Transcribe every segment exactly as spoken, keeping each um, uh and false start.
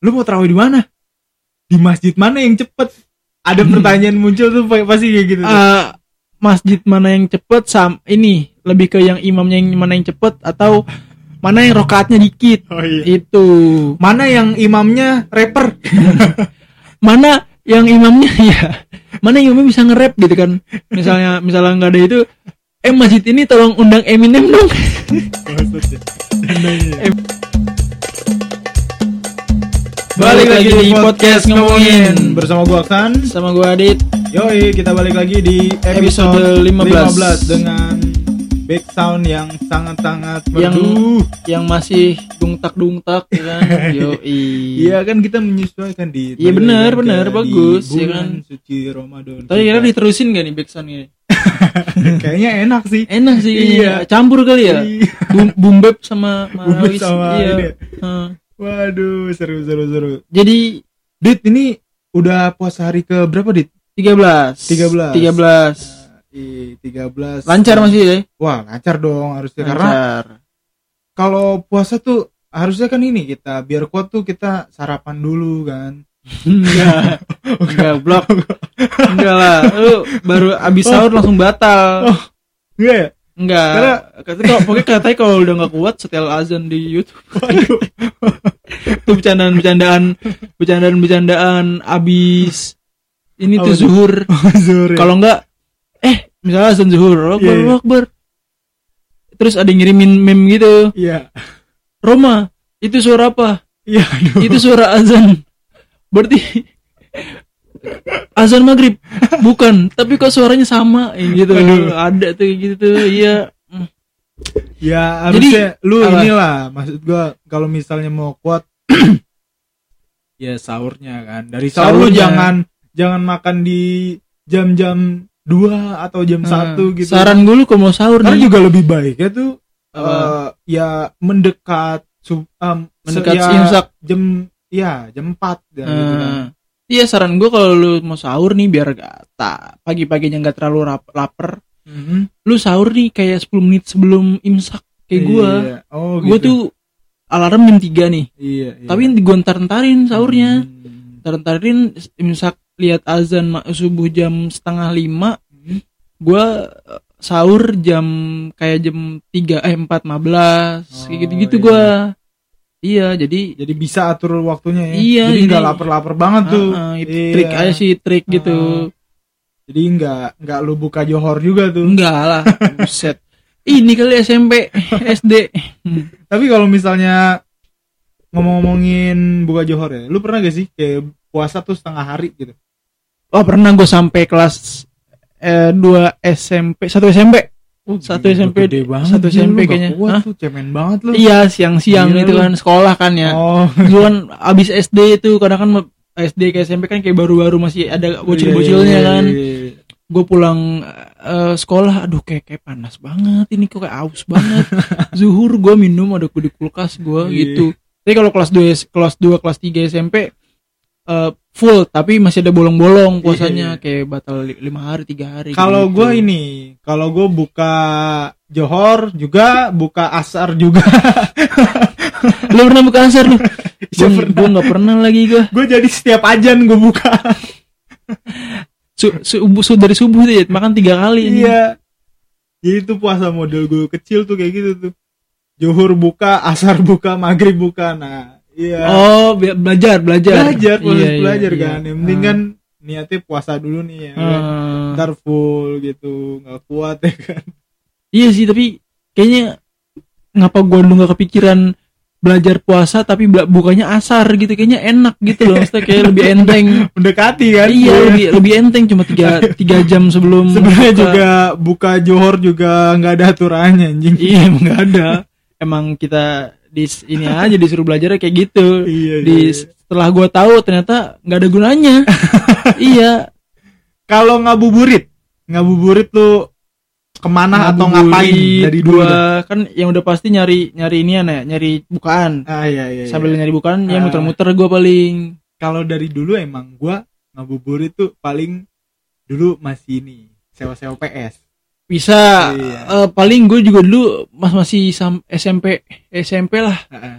lu mau tarawih di mana? Di masjid mana yang cepet? Ada pertanyaan muncul tuh pasti kayak gitu. Uh, masjid mana yang cepet sam ini lebih ke yang imamnya yang mana yang cepet atau mana yang rokaatnya dikit. Oh, iya. Itu mana yang imamnya rapper. Mana yang imamnya ya mana yang imamnya bisa nge-rap gitu kan, misalnya misalnya nggak ada itu, eh masjid ini tolong undang Eminem dong. em- balik lagi di podcast ngomongin bersama gua Aksan sama gua Adit. Yoi, kita balik lagi di episode lima belas dengan back sound yang sangat-sangat merdu, yang, yang masih dungtak-dungtak ya kan. Yoi. Iya kan kita menyesuaikan di. Iya benar benar bagus ya kan. Suci Ramadan. Tapi kira diterusin gak nih back sound ini? Kayaknya enak sih. Enak sih. Iya. Campur kali ya. Boom, boom bap sama Marawis. Sama iya. Ini. Hmm. Waduh, seru seru seru. Jadi, Dit, ini udah puasa hari ke berapa, Dit? tiga belas tiga belas tiga belas tiga belas Lancar masih ya? Wah, lancar dong harusnya. Lancar. Karena kalau puasa tuh harusnya kan ini kita biar kuat tuh kita sarapan dulu kan. Enggak. Enggak, blok. Enggak lah. Lu baru abis sahur oh. langsung batal. Oh. Enggak ya? Enggak. Karena katanya pokoknya katanya kalau udah enggak kuat setel azan di YouTube. Waduh. Tuh bercandaan-bercandaan bercandaan-bercandaan abis ini tuh zuhur. Zuhur. Ya? Kalau enggak eh misalnya azan zuhur, Akbar, yeah. Akbar. Terus ada yang ngirimin meme gitu. Iya. Yeah. Roma, itu suara apa? Iya, yeah, itu suara azan. Berarti azan maghrib. Bukan, tapi kok suaranya sama gitu. Aduh. Ada tuh gitu tuh. Iya. Ya harusnya jadi, lu apa? Inilah maksud gua kalau misalnya mau kuat ya sahurnya kan. Dari sahur lu jangan jangan makan di jam-jam dua atau jam hmm, satu gitu. Saran gue lu kalau mau sahur karena nih juga lebih baik ya tuh uh, ya mendekat sub, um, mendekat ya, imsak jam ya jam empat dan hmm. gitu kan. Iya, saran gue kalau lu mau sahur nih biar gak tak pagi-paginya enggak terlalu rap, lapar. Mm-hmm. Lu sahur nih kayak sepuluh menit sebelum imsak kayak gue. Iya. Oh, gue gitu. tuh alarm jam tiga nih. Iya, iya. Tapi gue ntar-ntarin sahurnya. Hmm. Ntar-ntarin imsak lihat azan subuh jam setengah lima, hmm. gue sahur jam kayak jam tiga eh empat lima belas oh, kayak gitu-gitu iya. gue iya jadi jadi bisa atur waktunya ya. Iya, jadi nggak lapar-lapar banget tuh. Uh, uh, trik iya. aja sih trik gitu. Uh, jadi nggak nggak lu buka johor juga tuh. Enggak lah, buset. Ini kali S M P, S D. Tapi kalau misalnya ngomong-ngomongin buka johor ya, lu pernah gak sih kayak puasa tuh setengah hari gitu? Oh pernah, gue sampai kelas eh, dua S M P, satu S M P, oh, satu S M P, satu S M P kayaknya. Wah tuh cemen banget lu. Iya siang-siang gila itu lu. Kan sekolah kan ya. Oh. Dulu kan abis S D itu kadang kan S D ke S M P kan kayak baru-baru masih ada bocil-bocilnya kan. Gue pulang uh, sekolah, aduh kayak kayak panas banget ini kok kayak aus banget. Zuhur gue minum ada di kulkas gue gitu. Tapi kalau kelas dua kelas dua kelas tiga S M P uh, full tapi masih ada bolong-bolong puasanya, kayak batal lima hari tiga hari. Kalau gitu. gue ini, kalau gue buka johor juga, buka asar juga. Lu pernah buka asar lu? Gue nggak pernah lagi gue. Gue jadi setiap ajan gue buka. Su, subuh su, dari subuh tuh ya makan tiga kali. Iya. Jadi itu puasa model gue kecil tuh kayak gitu tuh. Johor buka, asar buka, maghrib buka. Nah. Iya. Oh, belajar, belajar. Belajar, iya, belajar iya, kan. Iya. Yang penting uh. kan niatnya puasa dulu nih ya. Uh. Kan? Ntar full gitu, nggak kuat ya kan. Iya sih, tapi kayaknya ngapa gue dulu nggak kepikiran belajar puasa tapi bukanya asar gitu, kayaknya enak gitu loh. Maksudnya kayak lebih enteng. Mendekati kan. Iya, ya. lebih lebih enteng cuma tiga tiga jam sebelum. Sebenarnya juga buka johor juga nggak ada aturannya anjing. Iya, emang nggak ada. Emang kita di ini aja disuruh belajar kayak gitu. Iya, di iya. Setelah gue tahu ternyata nggak ada gunanya. Iya. Kalau ngabuburit, ngabuburit lu kemana ngabuburit atau ngapain dari dulu? Gua kan yang udah pasti nyari nyari ini ya, nyari bukaan. Ah iya iya. Sambil iya. nyari bukaan, ah. ya muter-muter gue paling. Kalau dari dulu emang gue ngabuburit tuh paling dulu masih ini sewa-sewa P S. Bisa, iya. uh, paling gue juga dulu mas masih sam- S M P S M P lah, uh-uh.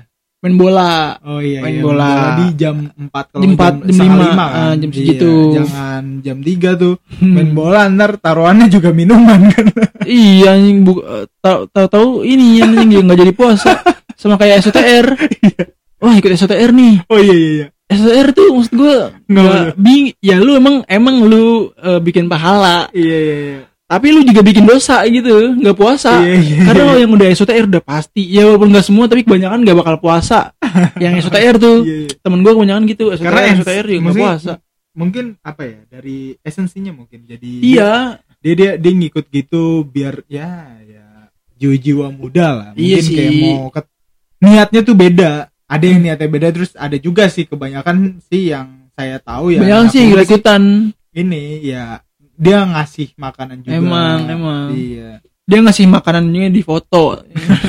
main bola. Oh iya, main iya, bola. bola di jam empat kalau jam empat, jam lima, kan. uh, jam segitu. Iya, jangan jam tiga tuh. Main bola ntar taruhannya juga minuman kan. Iya anjing, bu- tahu-tahu ini yang enggak jadi puasa. Sama kayak S O T R. Wah, ikut S O T R nih. Oh iya iya iya. S O T R tuh maksud gue enggak bing ya lu emang emang lu uh, bikin pahala. Iya iya iya. Tapi lu juga bikin dosa gitu, nggak puasa. Iya, iya, Karena iya. yang udah S O T R udah pasti. Ya walaupun nggak semua, tapi kebanyakan nggak bakal puasa. Yang S O T R tuh, iya, iya. Temen gue kebanyakan gitu. S O T R, karena S O T R juga nggak puasa. Mungkin apa ya, dari esensinya mungkin. Jadi iya. Dia dia dia ngikut gitu biar ya ya jiwa-jiwa muda lah. Mungkin iya sih. Kayak mau ke, niatnya tuh beda. Ada yang niatnya beda, terus ada juga sih kebanyakan sih yang saya tahu ya. Banyak sih ikutan. Ini ya. Dia ngasih makanan juga. Emang, emang. Iya. Dia ngasih makanannya di foto.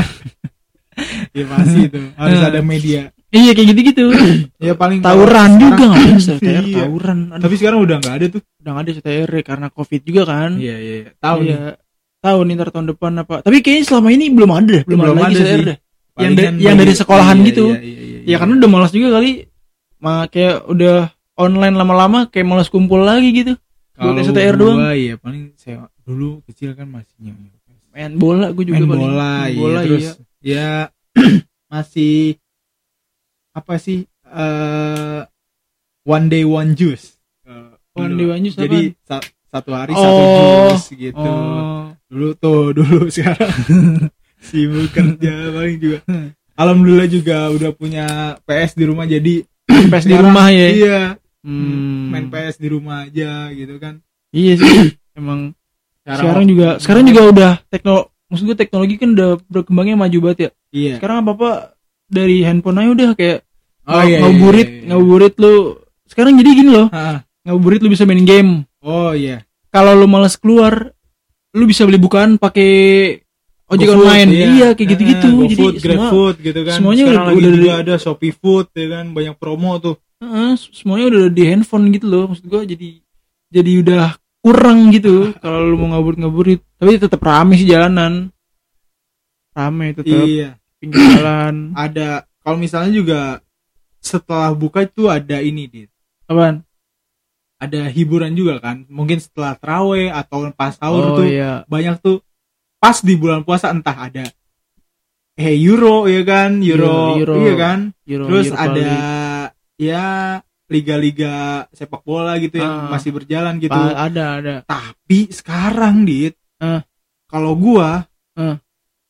Iya pasti itu. Harus ada media. Iya kayak gitu-gitu. Ya paling tawuran juga nggak ada S O T R, iya. tawuran. Tapi sekarang udah nggak ada tuh. Udah nggak ada S O T R karena Covid juga kan. Iya iya. iya. Tahu iya. nih. Tahu nih ntar tahun depan apa. Tapi kayaknya selama ini belum ada, belum, belum ada lagi S O T R deh. Yang da- yang dari sekolahan iya, gitu. Iya, iya, iya, iya. Ya karena udah malas juga kali. Ma kayak udah online lama-lama kayak malas kumpul lagi gitu. Kalau S O T R doang. Iya, paling saya dulu kecil kan masih nyanyi. Main bola gue juga main paling. bola, Main iya. bola Terus iya. ya masih apa sih uh, one day one juice. Uh, one dulu. day one juice. Jadi sa- satu hari oh, satu jus gitu. Oh. Dulu tuh dulu sekarang sibuk kerja paling juga. Alhamdulillah juga udah punya P S di rumah jadi P S di rumah ya. Iya. Hmm. Main P S di rumah aja gitu kan. Iya sih. Emang sekarang, sekarang juga sekarang juga udah teknologi, maksud gue teknologi kan udah berkembangnya maju banget ya. Iya. Sekarang apa-apa dari handphone aja udah kayak oh, iya, ngabuburit, iya, iya. ngabuburit lu. Sekarang jadi gini loh. Ha. Ngabuburit lu bisa main game. Oh iya. Kalau lu malas keluar, lu bisa beli bukaan pakai ojek GoFood, online. Iya, iya kayak gitu-gitu. Uh, Jadi GoFood, semua GrabFood gitu kan. Semuanya sekarang udah, lagi udah juga ada Shopee Food ya kan, banyak promo tuh. Uh, semuanya udah di handphone gitu loh. Maksud gua jadi jadi udah kurang gitu kalau lu mau ngabuburit-ngaburit. Tapi tetap rame sih jalanan. Rame tetap. Iya. Pinggir jalan. Ada kalau misalnya juga setelah buka itu ada ini dit. Apaan? Ada hiburan juga kan. Mungkin setelah tarawih atau pas sahur oh, tuh iya. banyak tuh pas di bulan puasa entah ada eh Euro ya kan, Euro, Euro, Euro. iya kan. Euro, Terus Euro ada kali. ya liga-liga sepak bola gitu yang Ah, masih berjalan gitu. Pa- ada ada. Tapi sekarang dit, Ah. kalau gua Ah.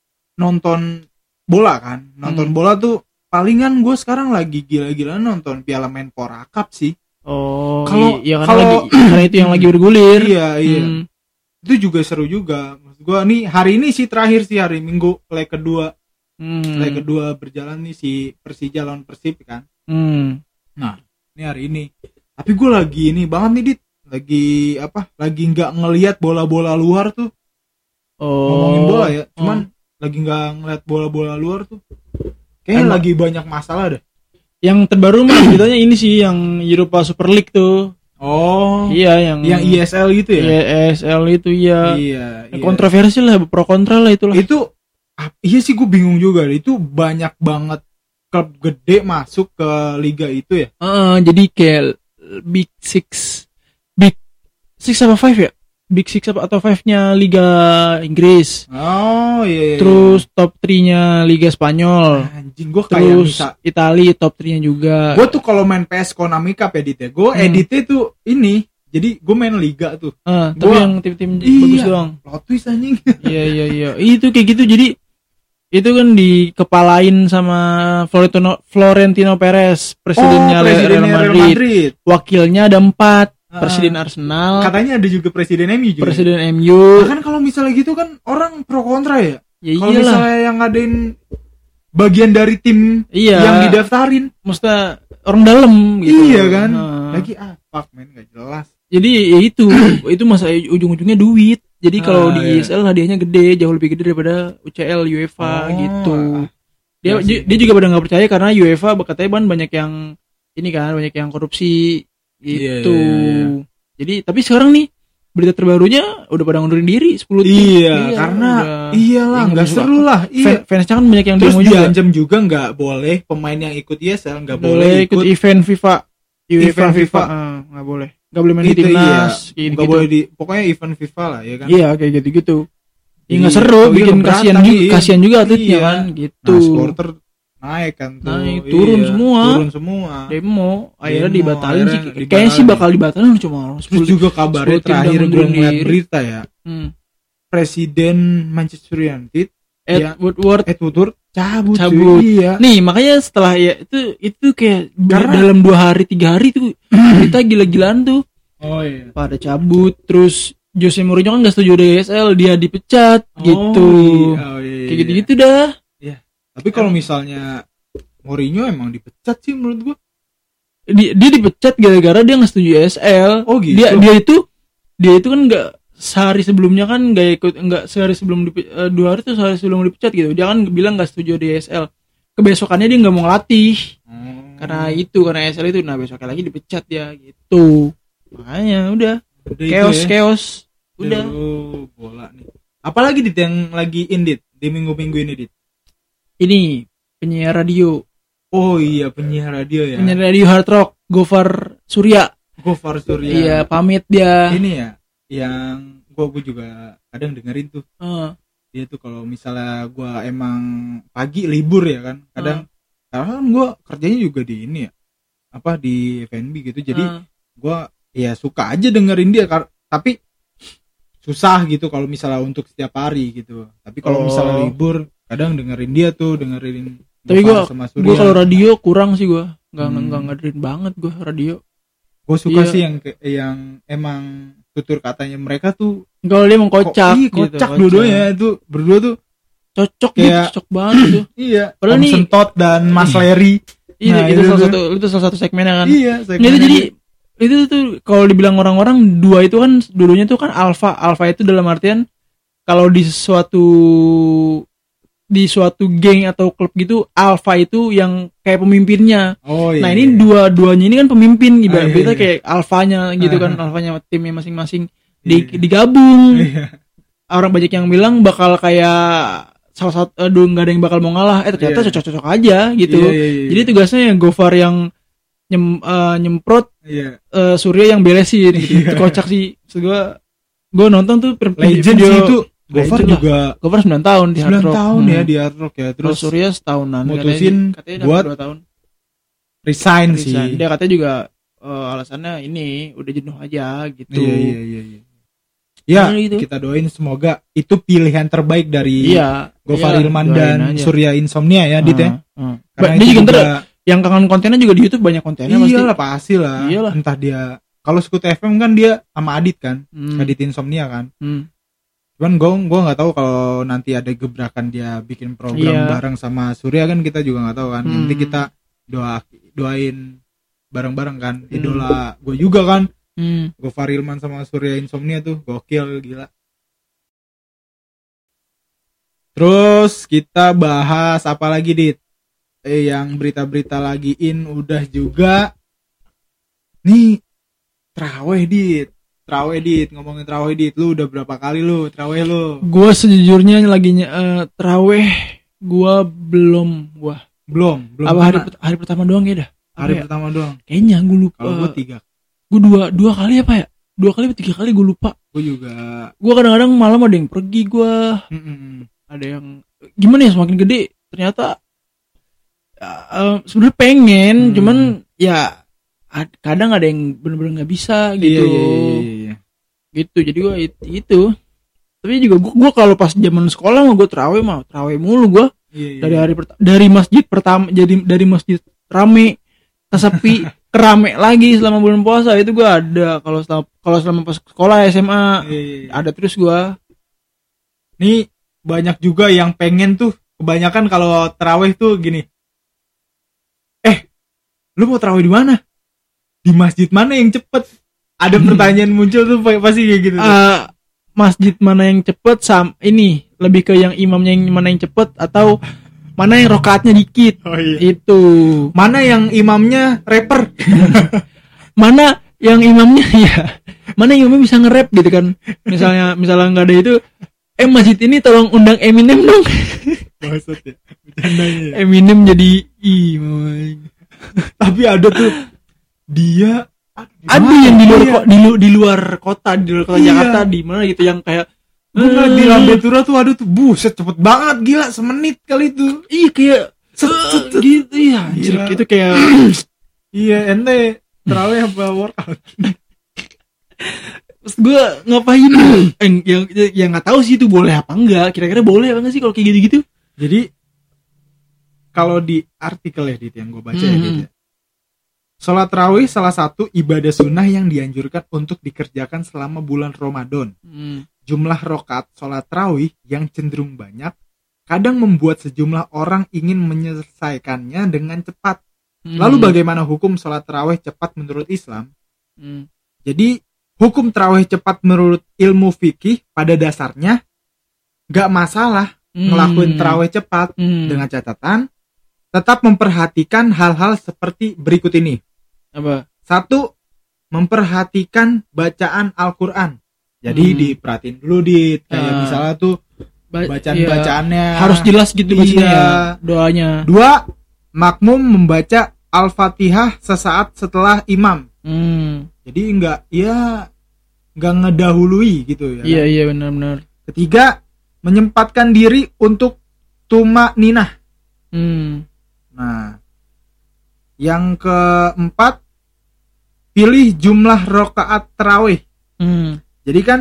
nonton bola kan, nonton Hmm. bola tuh palingan gua sekarang lagi gila-gilaan nonton Piala Menpora Cup sih. Oh, Kalau- iya karena kalau- lagi karena itu yang lagi bergulir. Iya iya. Hmm. Itu juga seru juga. Maksud gua nih hari ini sih terakhir sih hari Minggu leg kedua, Hmm. leg kedua berjalan nih si Persija lawan Persib kan. Hmm. Nah, ini hari ini. Tapi gue lagi ini banget nih dit, lagi apa? Lagi nggak ngelihat bola-bola luar tuh. Oh. Ngomongin bola ya, cuman Oh. lagi nggak ngeliat bola-bola luar tuh. Kayaknya Emang- lagi banyak masalah deh. Yang terbaru mah ceritanya ini sih yang Europa Super League tuh. Oh, Iya, yang yang I S L gitu ya? I S L itu ya. Iya, iya. Kontroversi lah, pro kontra lah itulah. Itu ah, iya sih gue bingung juga deh. Itu banyak banget klub gede masuk ke liga itu ya. Heeh, jadi kayak Big Six, Big Six apa Five ya? Big Six apa atau Five-nya Liga Inggris. Oh iya. iya. Terus top tiga-nya Liga Spanyol. anjing gue kayak Terus bisa. Italia top tiga-nya juga. Gue tuh kalau main P S Konami Cup edit ya, gue Hmm. editnya tuh ini. Jadi gue main liga tuh. Ah, tapi Gua- yang tim-tim Iya. bagus doang. Plot twist anjing. Iya iya iya. Itu kayak gitu jadi itu kan dikepalain sama Florentino Florentino Perez, presidennya, oh, presidennya Real Real Madrid. Madrid. Wakilnya ada empat, Ah. presiden Arsenal, Katanya ada juga presiden M U juga. presiden M U. Nah, kan kalau misalnya gitu kan orang pro kontra ya. Ya Kalau iyalah. misalnya yang ngadain bagian dari tim Iya. yang didaftarin. Maksudnya orang dalam gitu. Iya kan? Nah, Lagi ah fuck man gak jelas. jadi ya itu itu masa ujung-ujungnya duit. Jadi kalau Ah, di iya. I S L hadiahnya gede, jauh lebih gede daripada U C L, UEFA Oh, gitu. ah. Dia Iya sih. dia juga pada nggak percaya karena UEFA katanya kan banyak yang ini kan banyak yang korupsi gitu. Iya, iya, iya. Jadi tapi sekarang nih berita terbarunya udah pada ngundurin diri sepuluh tim. Iya, iya karena udah, iyalah nggak seru lah. Iya. Fansnya kan banyak yang terus demo juga. Diancam juga nggak boleh pemain yang ikut I S L nggak boleh, boleh ikut, ikut event FIFA. Event FIFA nggak uh, boleh. Nggak boleh main gitu, di timnas. Iya. Nggak boleh di pokoknya event FIFA lah ya kan. Iya kayak gitu-gitu. Ya nggak seru, bikin kasihan juga, iya. kasihan juga atletnya iya. kan gitu. Nah, supporter naik kan tuh. Naik, turun iya. semua. Turun semua. Demo, akhirnya Demo, dibatalin sih. Kayaknya sih bakal dibatalin cuma sepuluh. Terus juga kabarnya terakhir gue ngeliat berita ya. Hmm. Presiden Manchester United Ed ya, Woodward Ed Woodward cabut. cabut. Iya. Nih, makanya setelah ya itu itu kayak karena dalam dua hari tiga hari tuh berita gila-gilaan tuh. Oh iya. Pada cabut terus Jose Mourinho kan gak setuju D S L, dia dipecat oh, gitu. Iya, oh, iya, kayak gitu-gitu dah. Iya. Tapi kalau misalnya Mourinho emang dipecat sih menurut gua. Dia, dia dipecat gara-gara dia gak setuju D S L. Oh gitu. Dia dia itu dia itu kan gak sehari sebelumnya kan gak ikut enggak sehari sebelum dipe, uh, dua hari tuh sehari sebelum dipecat gitu. Dia kan bilang gak setuju D S L. Kebesokannya dia gak mau ngelatih. Hmm. Karena itu karena D S L itu nah besoknya lagi dipecat dia gitu. Makanya udah chaos ya. chaos udah Duh, bola nih. Apalagi dit yang lagi indit di minggu-minggu ini dit? Ini penyiar radio. Oh iya penyiar radio ya. Penyiar radio Hard Rock, Gofar Surya. Gofar Surya. Iya pamit dia. Ini ya, yang gua gua juga kadang dengerin tuh. Uh. Dia tuh kalau misalnya gua emang pagi libur ya kan, kadang uh. karena kan gua kerjanya juga di ini ya, apa di F and B gitu. Jadi uh. gua ya suka aja dengerin dia, tapi susah gitu kalau misalnya untuk setiap hari gitu. Tapi kalau oh. misalnya libur kadang dengerin dia tuh, dengerin. Tapi gue gue kalau radio kurang sih gue, nggak hmm. nggak ngaderin banget gue radio. Gue suka iya. sih yang yang emang tutur katanya mereka tuh. Kalau dia emang kocak, ko- kocak gitu, dua-duanya itu berdua tuh cocok kayak gitu, cocok banget tuh. Iya. Padahal nih Sentot dan Mas Larry. Iya nah, itu, itu salah satu itu salah satu segmennya kan. Iya. Segmennya itu jadi itu tuh kalau dibilang orang-orang dua itu kan dulunya tuh kan alpha alpha itu dalam artian kalau di suatu di suatu geng atau klub gitu alpha itu yang kayak pemimpinnya. Oh, iya, nah ini iya. dua-duanya ini kan pemimpin ibarat ah, iya, iya. kayak alfanya gitu kan uh-huh. alfanya timnya masing-masing di, iya. digabung. Iya. Orang banyak yang bilang bakal kayak salah satu aduh nggak ada yang bakal mau ngalah eh ternyata iya. cocok-cocok aja gitu. Iya, iya, iya. Jadi tugasnya yang Gofar yang nyem uh, nyemprot iya. uh, Surya yang beresin gitu. Iya. Kocak sih. Terus gue gue nonton tuh per- Legend video sih itu. Gofar juga Gofar sembilan tahun di Hard Rock. sembilan tahun hmm. ya di Hard Rock ya. Terus Terus Surya setahunan mutusin katanya, katanya buat dua tahun. Resign, resign sih. Dia katanya juga uh, alasannya ini udah jenuh aja gitu. Iya iya iya iya. Ya, nah, gitu. Kita doain semoga itu pilihan terbaik dari iya, Gofar iya, Hilman dan aja. Surya Insomnia ya, Dit ya. Uh, uh. Karena dia juga, juga yang kangen kontennya juga di YouTube banyak kontennya pasti. Iyalah pasti lah. Iyalah. Entah dia kalau Sekut F M kan dia sama Adit kan, hmm. Adit Insomnia kan. Hmm. Cuman gue gue nggak tahu kalau nanti ada gebrakan dia bikin program iya. bareng sama Surya kan kita juga nggak tahu kan. Hmm. Nanti kita doa doain bareng-bareng kan. Hmm. Idola gue juga kan. Hmm. Gofar Hilman sama Surya Insomnia tuh gokil gila. Terus kita bahas apa lagi Dit? Eh yang berita-berita lagi in udah juga. Nih Traweh Dit. Traweh Dit, ngomongin Traweh Dit. Lu udah berapa kali lu Traweh lu? Gua sejujurnya lagi uh, Traweh gua belum gua. Belum, belum. Apa hari hari pertama doang ya dah? Hari ya? pertama doang. Kayaknya gua lupa. Kalau gua tiga. Gua dua dua kali apa ya? Dua kali atau tiga kali gua lupa. Gua juga. Gua kadang-kadang malam ada yang pergi gua. Mm-mm. Ada yang gimana ya semakin gede ternyata uh, sebenarnya pengen hmm. cuman ya ad, kadang ada yang benar-benar nggak bisa gitu. Iya, iya, iya, iya. Gitu jadi gua it, itu tapi juga gua, gua kalau pas zaman sekolah mah gua terawih mah terawih mulu gua. Iya, iya. Dari hari pertama dari masjid pertama jadi dari masjid rame ke sepi ke rame lagi selama bulan puasa itu gua ada kalau selama kalau selama pas sekolah S M A iya, iya. Ada terus gua. Nih banyak juga yang pengen tuh kebanyakan kalau tarawih tuh gini. Eh, lu mau tarawih di mana? Di masjid mana yang cepet? Ada pertanyaan muncul tuh pasti kayak gitu. Uh, masjid mana yang cepet sam ini lebih ke yang imamnya yang mana yang cepet atau mana yang rokaatnya dikit? Oh, iya. Itu. Mana yang imamnya rapper? Mana yang imamnya ya mana imamnya bisa nge-rap gitu kan. Misalnya misalnya nggak ada itu, eh masjid ini tolong undang Eminem dong. Maksudnya bercandanya. Eminem jadi ih Tapi ada tuh dia ada yang di luar kok di, lu, di luar kota di luar kota iya. Jakarta di mana gitu yang kayak gue di Lambe Tura tuh ada tuh buset cepet banget gila semenit kali itu. Iya kayak set, set, set, gitu ya anjir itu kayak iya ente terawih apa workout. Terus gue ngapain eh, yang yang nggak tahu sih itu boleh apa enggak, kira-kira boleh apa enggak sih kalau kayak gitu-gitu. Jadi kalau di artikel ya Dit yang gue baca hmm. ya Dit ya, sholat tarawih salah satu ibadah sunnah yang dianjurkan untuk dikerjakan selama bulan Ramadan. Hmm. Jumlah rakaat sholat tarawih yang cenderung banyak kadang membuat sejumlah orang ingin menyelesaikannya dengan cepat. Hmm. Lalu bagaimana hukum sholat tarawih cepat menurut Islam? Hmm. Jadi hukum tarawih cepat menurut ilmu fikih pada dasarnya gak masalah hmm. ngelakuin tarawih cepat hmm. dengan catatan tetap memperhatikan hal-hal seperti berikut ini. Apa? Satu, memperhatikan bacaan Al-Quran. Jadi hmm. diperhatiin dulu di kayak uh, misalnya tuh bacaan-bacaannya iya. harus jelas gitu bacanya iya. ya, doanya. Dua, makmum membaca Al-Fatihah sesaat setelah imam. Hmm. Jadi enggak ya enggak ngedahului gitu ya. Iya kan? Iya benar-benar. Ketiga, menyempatkan diri untuk tumaninah. Hmm. Nah, yang keempat, pilih jumlah rakaat tarawih. Hmm. Jadi kan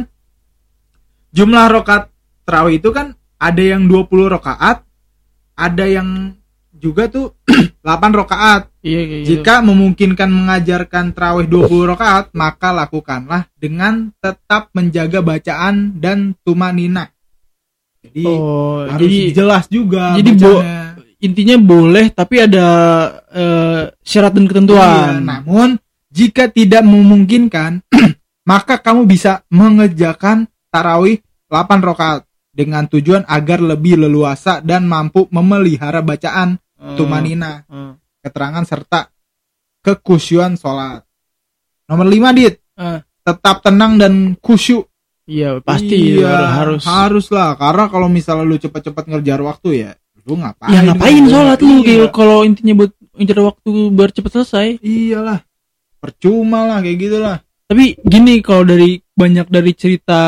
jumlah rakaat tarawih itu kan ada yang dua puluh rakaat, ada yang juga tuh delapan rakaat. Iya, iya, jika iya. memungkinkan mengajarkan tarawih dua puluh rakaat, maka lakukanlah dengan tetap menjaga bacaan dan tumaninah. Jadi oh, harus jadi, jelas juga jadi bo- intinya boleh tapi ada uh, syarat dan ketentuan. Iya, namun jika tidak memungkinkan maka kamu bisa mengerjakan tarawih delapan rakaat dengan tujuan agar lebih leluasa dan mampu memelihara bacaan uh, tumanina, uh. keterangan serta kekusyuan sholat. Nomor lima Dit, uh. tetap tenang dan khusyuk. Iya pasti iya, harus harus lah karena kalau misalnya lu cepat-cepat ngejar waktu ya lu ngapain ya ngapain sholat lu iya. Kalau intinya buat ngejar waktu biar cepat selesai iyalah percuma lah kayak gitulah. Tapi gini kalau dari banyak dari cerita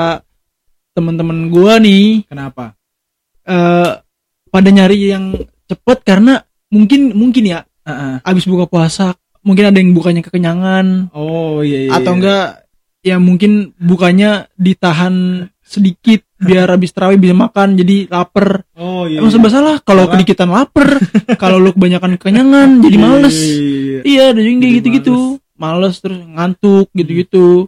teman-teman gua nih kenapa uh, pada nyari yang cepet karena mungkin mungkin ya uh-uh. abis buka puasa mungkin ada yang bukanya kekenyangan oh iya, iya atau enggak ya mungkin bukanya ditahan sedikit biar habis tarawih bisa makan jadi lapar. Oh iya. Emang serba salah kalau kedikitan lapar, kalau lu kebanyakan kekenyangan jadi males. Iya, iya ada juga kayak gitu-gitu. Males terus ngantuk gitu-gitu.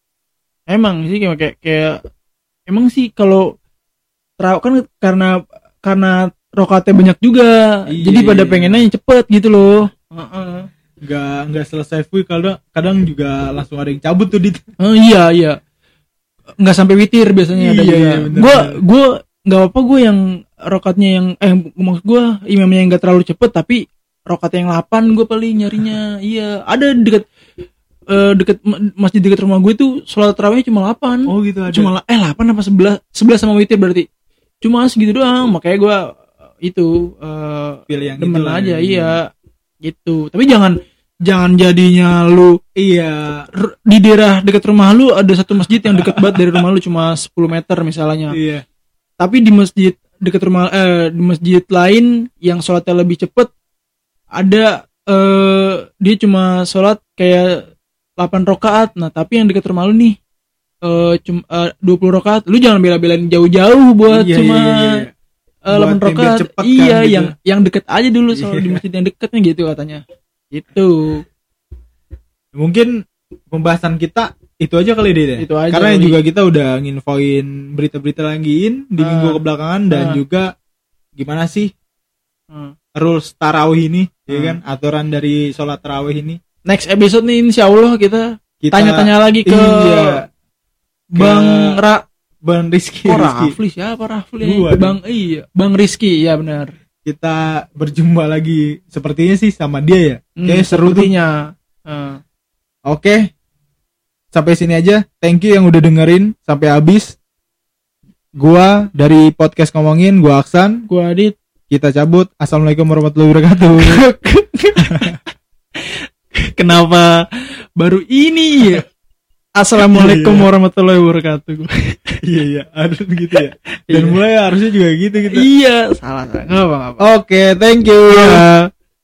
Emang sih kayak kayak, kayak emang sih kalau tarawih kan karena karena rakaatnya banyak juga. Iya. Jadi pada pengennya yang cepet gitu loh. Heeh. Nggak nggak selesai full kadang kadang juga langsung ada yang cabut tuh di. Oh iya iya. Nggak sampai witir biasanya ada juga. Gue gue nggak apa gue yang rokatnya yang eh maksud gue imamnya yang nggak terlalu cepet tapi rokat yang delapan gue paling nyarinya. Iya ada deket uh, deket masjid dekat rumah gue tuh sholat tarawihnya cuma delapan. Oh gitu ada. Cuma eh delapan apa sebelas sebelas sama witir berarti. Cuma segitu doang makanya gue itu uh, pilih yang demen gitu aja ya. Iya gitu. Tapi jangan jangan jadinya lu iya r- di daerah dekat rumah lu ada satu masjid yang dekat banget dari rumah lu cuma sepuluh meter misalnya. Iya. Tapi di masjid dekat rumah eh di masjid lain yang sholatnya lebih cepet ada eh dia cuma sholat kayak delapan rakaat. Nah, tapi yang dekat rumah lu nih eh cuma eh, dua puluh rakaat. Lu jangan bela-belain jauh-jauh buat iya, cuma iya, iya. Eh, delapan rakaat. Iya, kan, yang gitu. yang dekat aja dulu sholat iya. Di masjid yang dekatnya gitu katanya. Itu mungkin pembahasan kita itu aja kali deh, itu aja karena kali. Juga kita udah nginfoin berita-berita lagiin di uh, minggu kebelakangan dan uh. juga gimana sih uh. rules tarawih ini, uh. ya kan aturan dari sholat tarawih ini. Next episode nih insya Allah kita, kita tanya-tanya lagi ke iya, Bang ke Ra, Bang Rizky. Oh Rafli siapa Rafli? Bang iya, Bang Rizky ya benar. Kita berjumpa lagi sepertinya sih sama dia ya. Hmm, kayak seru tuh. Uh. Oke. sampai sini aja. Thank you yang udah dengerin sampai habis. Gua dari podcast ngomongin, gua Aksan, gua Adit. Kita cabut. Assalamualaikum warahmatullahi wabarakatuh. Kenapa baru ini ya? Assalamualaikum iya, warahmatullahi wabarakatuh. Iya iya, harus gitu ya. Dan mulai harusnya juga gitu gitu. Iya, salah salah. Enggak apa-apa. Oke, okay, thank you. Ya.